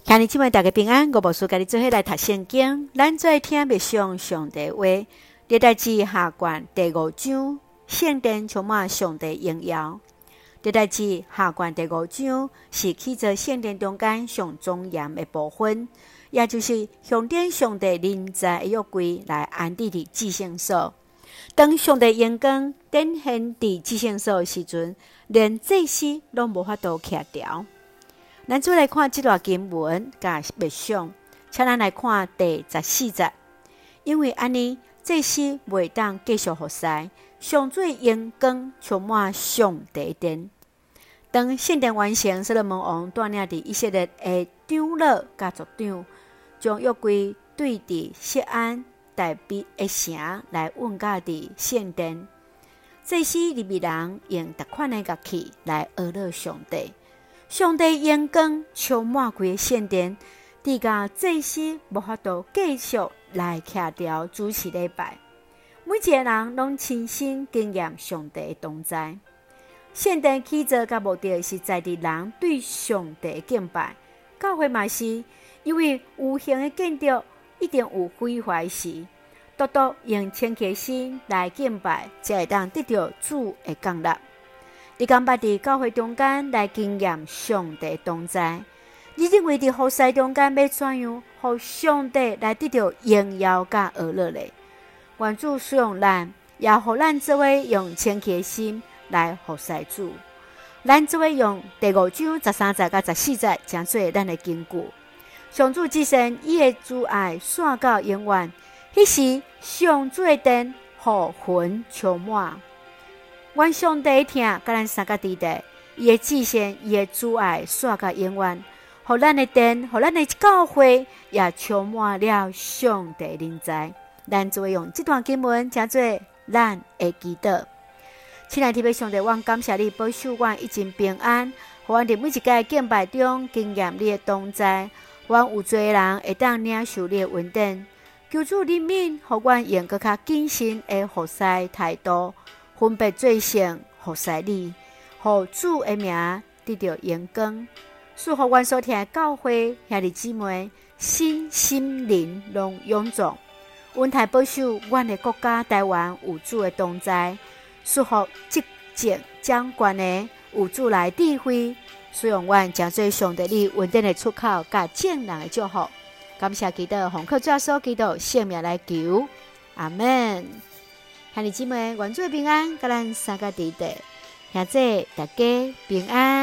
兄弟姊妹大家平安，我无事甲你做伙来读圣经，咱做听默想上帝话。历代志下卷第5章，圣殿充满上帝荣耀。历代志下卷第5章是起做圣殿中间上庄严的部分，也就是向典上帝临在的约柜来安置伫至圣所。当上帝荣光展现伫至圣所的时阵，连祭司拢无法度徛牢。咱再来看这段经文甲默想，请咱来看第14节。因为安尼，祭司袂当继续服侍，上主荣光充满上帝殿。当圣殿完成，所罗门王带领伫以色列的长老甲族长，将约柜对伫锡安大毕的城来运到伫圣殿。祭司利未人用逐款的乐器来娱乐上帝。上帝荣光充满规个圣殿，直到祭司无法度继续来徛牢主持礼拜。每一个人拢亲身经验上帝的同在。圣殿起造甲目的是在伫人对上帝的敬拜。教会嘛是，因为有形的建筑一定有毁坏时，独独用清洁心来敬拜，才会当得到主的降临。你敢捌伫教会中间来经验上帝同在？你认为伫服侍中间要怎样，互上帝来得到荣耀甲娱乐呢？愿主使用咱，也互咱做伙用清洁心来服侍主。咱做伙用第5章13节甲14节，诚做咱的根据。上主之神，伊的主爱线到永远。迄时，上主的殿，互魂充满。愿上帝听，甲咱三个地带，伊的至善，伊的主爱，线到永远，互咱的殿，互咱的教会，也充满了上帝临在。咱就会用这段经文，称做咱的祈祷。亲爱的上帝，我感谢你保守我一尽平安，互阮伫每一届敬拜中经验你的同在。阮有侪人会当领受你的恩典，求主怜悯，互阮用更较谨慎的服侍态度。分别做成服侍你，互主的名得到荣光，使互阮所听的教会兄弟姊妹心灵拢勇壮。恩待保守阮的国家台湾有主的同在，使互执政掌权的有主来智慧，使用阮诚做上帝你稳定的出口，甲正人的祝福。感谢祈祷，奉靠主耶稣基督圣名来求，阿门。兄弟姊妹，愿主平安，甲咱三个地带，现在大家平安。